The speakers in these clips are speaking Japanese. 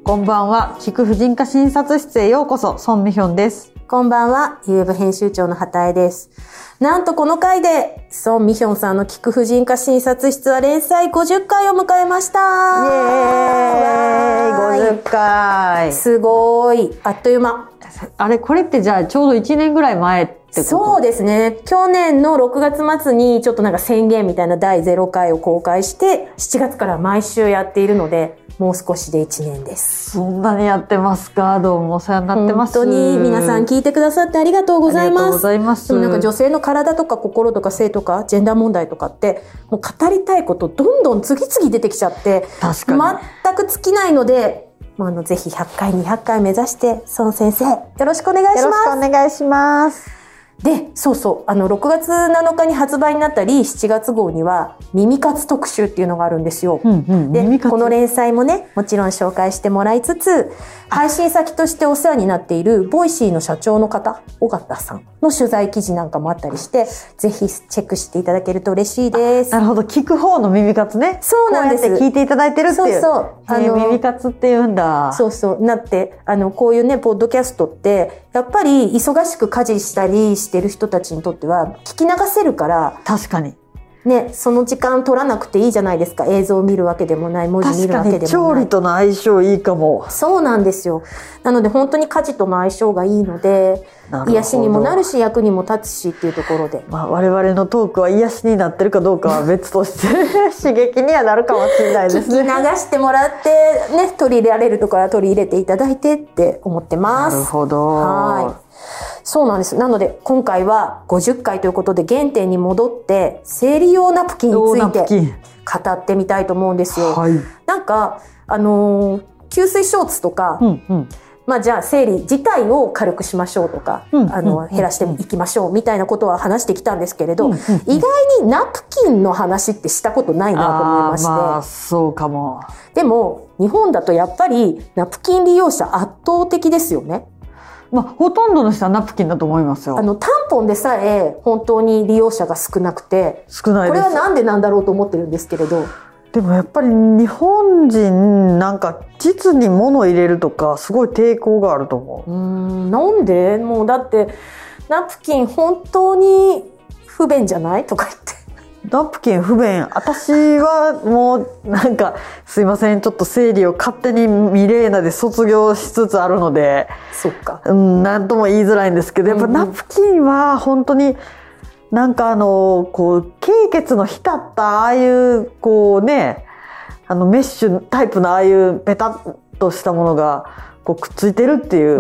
こんばんは。聞く婦人科診察室へようこそ。ソンミヒョンです。 こんばんは。ユーブ編集長の畑江です。なんとこの回でソンミヒョンさんの聞く婦人科診察室は連載50回を迎えました。 イエーイ50回。 すごい。あっという間。 あれ、これってじゃあちょうど1年ぐらい前ってこと？ そうですね。去年の6月末にちょっとなんか宣言みたいな第0回を公開して、7月から毎週やっているので、もう少しで1年です。 そんなにやってますか？どうもお世話になってます。 本当に皆さん聞いてくださってありがとうございます。ありがとうございます。でもなんか女性の体とか心とか性とかジェンダー問題とかってもう語りたいことどんどん次々出てきちゃって、 確かに全く尽きないので、ぜひ100回200回目指して孫先生よろしくお願いします。 よろしくお願いします。 で、6月7日に発売になったり、7月号には、耳活特集っていうのがあるんですよ。で、この連載もね、もちろん紹介してもらいつつ、配信先としてお世話になっている、ボイシーの社長の方、尾形さんの取材記事なんかもあったりして、ぜひチェックしていただけると嬉しいです。 なるほど、聞く方の耳活ね。 そうなんです。 こうやって聞いていただいてるっていう。耳活って言うんだ。 なって、こういうね、ポッドキャストって、やっぱり忙しく家事したりしてる人たちにとっては聞き流せるから。 確かに。 ね、その時間取らなくていいじゃないですか。映像を見るわけでもない、文字見るわけでもない。 確かに調理との相性いいかも。 そうなんですよ。なので本当に家事との相性がいいので、癒しにもなるし役にも立つしっていうところで。 我々のトークは癒しになってるかどうかは別として刺激にはなるかもしれないですね。 聞き流してもらってね、取り入れられるところは取り入れていただいてって思ってます。 なるほど。 はい。そうなんです。なので今回は50回ということで原点に戻って生理用ナプキンについて語ってみたいと思うんですよ。 はい、 なんか吸水ショーツとか、じゃあ生理自体を軽くしましょうとか、減らしていきましょうみたいなことは話してきたんですけれど、意外にナプキンの話ってしたことないなと思いまして。 そうかも。 でも日本だとやっぱりナプキン利用者圧倒的ですよね。 ほとんどの人はナプキンだと思いますよ。 タンポンでさえ本当に利用者が少なくて、 少ないです。 これはなんでなんだろうと思ってるんですけれど。 でもやっぱり日本人なんか膣に物入れるとかすごい抵抗があると思う。 なんで？もうだってナプキン本当に不便じゃないとか言って。 ナプキン不便。私はもうなんかすいません、ちょっと生理を勝手にミレーナで卒業しつつあるので、 そっか。 なんとも言いづらいんですけど、やっぱナプキンは本当になんかこう経血の浸ったああいうこうね、メッシュタイプのああいうペタッとしたものがこうくっついてるっていう、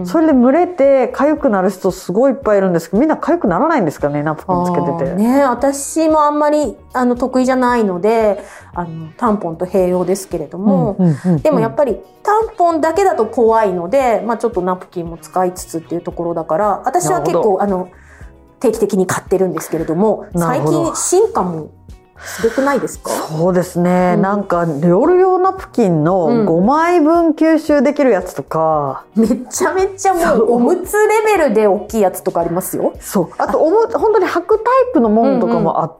それで蒸れて痒くなる人すごいいっぱいいるんですけど、みんな痒くならないんですかね、ナプキンつけてて。 ね、私もあんまり得意じゃないのでタンポンと併用ですけれども、でもやっぱりタンポンだけだと怖いので、ちょっとナプキンも使いつつっていうところだから、私は結構定期的に買ってるんですけれども、最近進化もすごくないですか？ そうですね、なんか夜用ナプキンの5枚分吸収できるやつとか、 めちゃめちゃもうおむつレベルで大きいやつとかありますよ。 そう、あと本当に履くタイプのものとかもあって、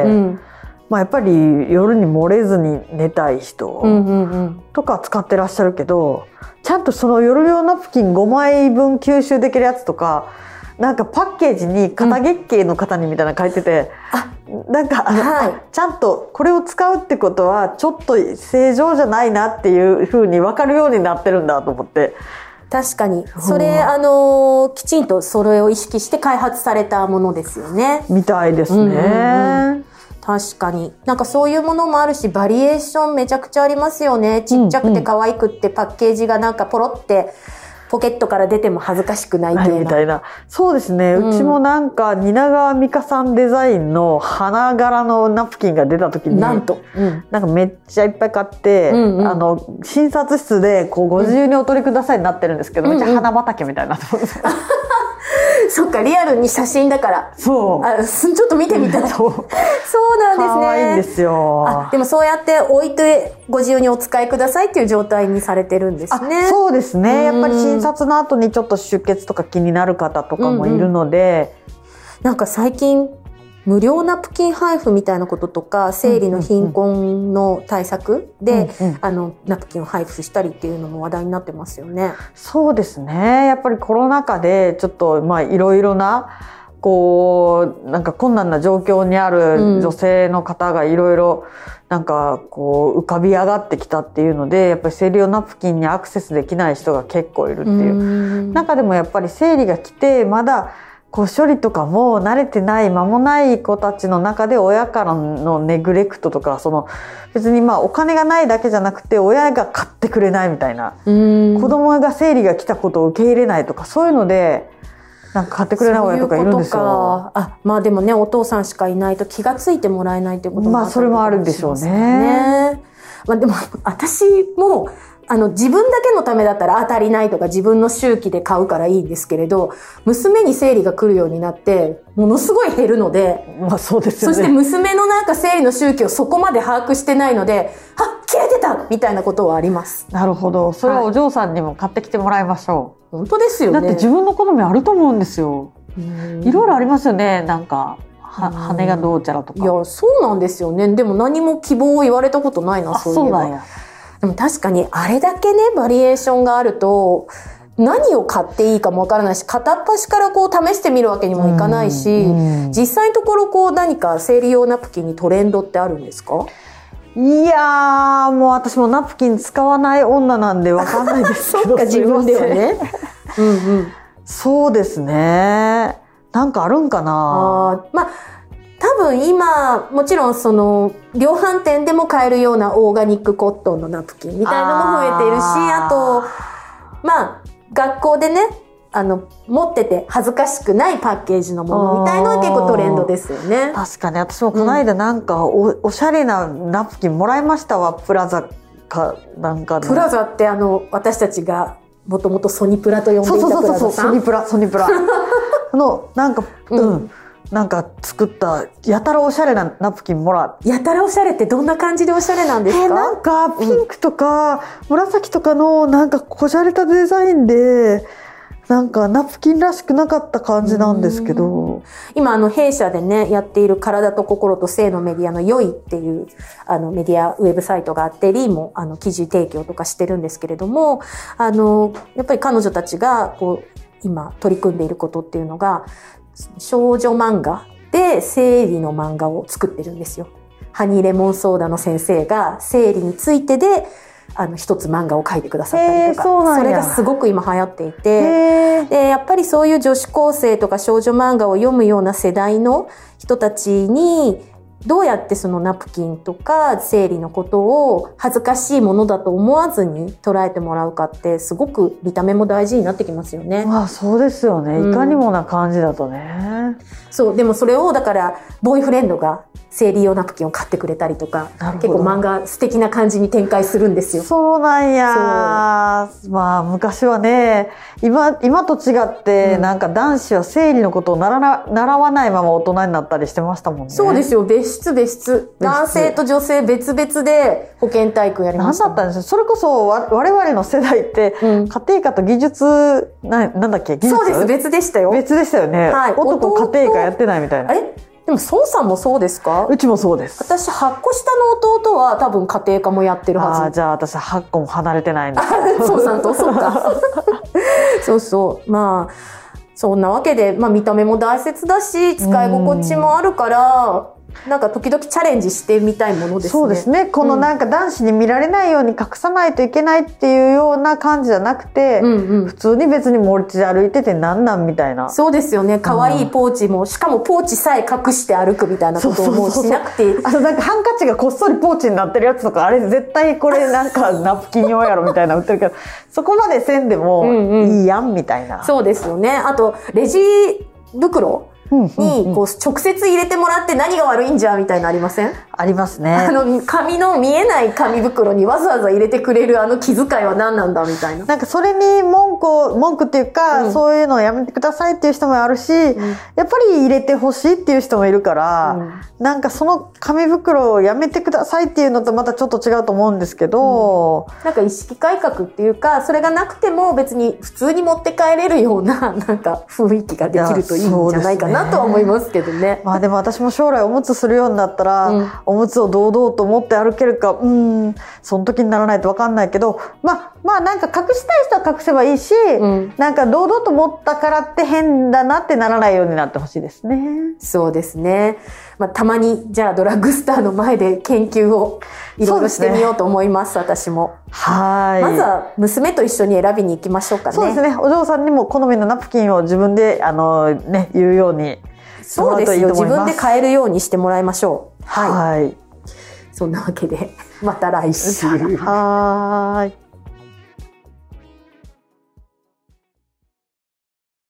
やっぱり夜に漏れずに寝たい人とか使ってらっしゃるけど、ちゃんとその夜用ナプキン5枚分吸収できるやつとか、なんかパッケージに肩月経の方にみたいなの書いてて、なんかちゃんとこれを使うってことはちょっと正常じゃないなっていう風に分かるようになってるんだと思って。 確かにそれきちんとそれを意識して開発されたものですよね。 みたいですね。 確かになんかそういうものもあるし、バリエーションめちゃくちゃありますよね。ちっちゃくて可愛くってパッケージがなんかポロってポケットから出ても恥ずかしくないみたいな。そうですね、うちもなんか蜷川美香さんデザインの花柄のナプキンが出た時になんかめっちゃいっぱい買って、診察室でこうご自由にお取りくださいになってるんですけど、めっちゃ花畑みたいなと思って。 そっか、リアルに写真だから。 そう。 ちょっと見てみたい。そうなんですね。 可愛いんですよ。 でもそうやって置いてご自由にお使いくださいっていう状態にされてるんですね。 そうですね。やっぱり診察の後にちょっと出血とか気になる方とかもいるので、 なんか最近無料ナプキン配布みたいなこととか、生理の貧困の対策で、ナプキンを配布したりっていうのも話題になってますよね。 そうですね。やっぱりコロナ禍でちょっといろいろなこうなんか困難な状況にある女性の方がいろいろなんかこう浮かび上がってきたっていうので、やっぱり生理用ナプキンにアクセスできない人が結構いるっていう中でも、やっぱり生理が来てまだこう処理とかも慣れてない間もない子たちの中で、親からのネグレクトとか、その別にお金がないだけじゃなくて親が買ってくれないみたいな、子供が生理が来たことを受け入れないとか、そういうのでなんか買ってくれない親とかいるんですよ。 でもね、お父さんしかいないと気がついてもらえないってこともあったりとかしますよね。 それもあるんでしょうね。 でも私も自分だけのためだったら足りないとか自分の周期で買うからいいんですけれど、娘に生理が来るようになってものすごい減るので、 そうですよね。 そして娘のなんか生理の周期をそこまで把握してないので、切れてたみたいなことはあります。 なるほど。それはお嬢さんにも買ってきてもらいましょう。 本当ですよね。 だって自分の好みあると思うんですよ。いろいろありますよね。なんか羽がどうちゃらとか。 いや、そうなんですよね。でも何も希望を言われたことないな、そういえば。そうなんや。でも確かにあれだけね、バリエーションがあると何を買っていいかもわからないし、片っ端からこう試してみるわけにもいかないし、実際のところこう何か生理用ナプキンにトレンドってあるんですか？ いやー、もう私もナプキン使わない女なんでわかんないですけど。 そっか、自分ではね。 そうですね。なんかあるんかな。 多分今もちろんその量販店でも買えるようなオーガニックコットンのナプキンみたいなのも増えているし、あと学校でね持ってて恥ずかしくないパッケージのものみたいのは結構トレンドですよね。 確かに私もこの間なんかおしゃれなナプキンもらいましたわ。プラザかなんかの。 プラザって私たちがもともとソニプラと呼んでいたプラザさん。 ソニプラなんかなんか作ったやたらおしゃれなナプキンもらやたらおしゃれってどんな感じでおしゃれなんですか？ なんかピンクとか紫とかのなんかこじゃれたデザインで、なんかナプキンらしくなかった感じなんですけど、 今弊社でねやっている体と心と性のメディアの良いっていうメディアウェブサイトがあって、リーも記事提供とかしてるんですけれども、やっぱり彼女たちがこう今取り組んでいることっていうのが、少女漫画で生理の漫画を作ってるんですよ。ハニーレモンソーダの先生が生理についてで一つ漫画を描いてくださったりとか、それがすごく今流行っていて、でやっぱりそういう女子高生とか少女漫画を読むような世代の人たちにどうやってそのナプキンとか生理のことを恥ずかしいものだと思わずに捉えてもらうかって、すごく見た目も大事になってきますよね。 そうですよね。いかにもな感じだとね。 そう、でもそれをだからボーイフレンドが生理用ナプキンを買ってくれたりとか、結構漫画素敵な感じに展開するんですよ。 そうなんや。昔はね、今と違ってなんか男子は生理のことを習わないまま大人になったりしてましたもんね。 そうですよ。別室。男性と女性別々で保健体育やりました。 何だったんですよ。それこそ我々の世代って、家庭科と技術なんだっけ、技術？ そうです。別でしたよ。 別でしたよね。男家庭科やってないみたいな。 でも孫さんもそうですか？ うちもそうです。 私8個下の弟は多分家庭科もやってるはず。 じゃあ私8個も離れてないんだ。 孫さんとそうか。そうそう。そんなわけで、見た目も大切だし使い心地もあるから、なんか時々チャレンジしてみたいものですね。 そうですね。このなんか男子に見られないように隠さないといけないっていうような感じじゃなくて、普通に別に持ち歩いててなんみたいな。 そうですよね。可愛いポーチも、しかもポーチさえ隠して歩くみたいなことをもうしなくて。 なんかハンカチがこっそりポーチになってるやつとか、あれ絶対これなんかナプキン用やろみたいな売ってるけど、そこまでせんでもいいやんみたいな。 そうですよね。あとレジ袋にこう直接入れてもらって何が悪いんじゃみたいなありません？ ありますね。 紙の見えない紙袋にわざわざ入れてくれる気遣いは何なんだみたいな。 なんかそれに文句っていうか、そういうのをやめてくださいっていう人もあるし、やっぱり入れてほしいっていう人もいるから、なんかその紙袋をやめてくださいっていうのとまたちょっと違うと思うんですけど、 なんか意識改革っていうか、それがなくても別に普通に持って帰れるようななんか雰囲気ができるといいんじゃないかななとは思いますけどね。 まあでも私も将来おむつするようになったら、おむつを堂々と持って歩けるか、その時にならないと分かんないけど、まあなんか隠したい人は隠せばいいし、なんか堂々と持ったからって変だなってならないようになってほしいですね。 そうですね。まあ、たまにじゃあドラッグストアの前で研究をいろいろしてみようと思います、私も。 はい。 まずは娘と一緒に選びに行きましょうかね。 そうですね。お嬢さんにも好みのナプキンを自分で言うように。 そうですよ。自分で買えるようにしてもらいましょう。 はい。 そんなわけでまた来週。 はい。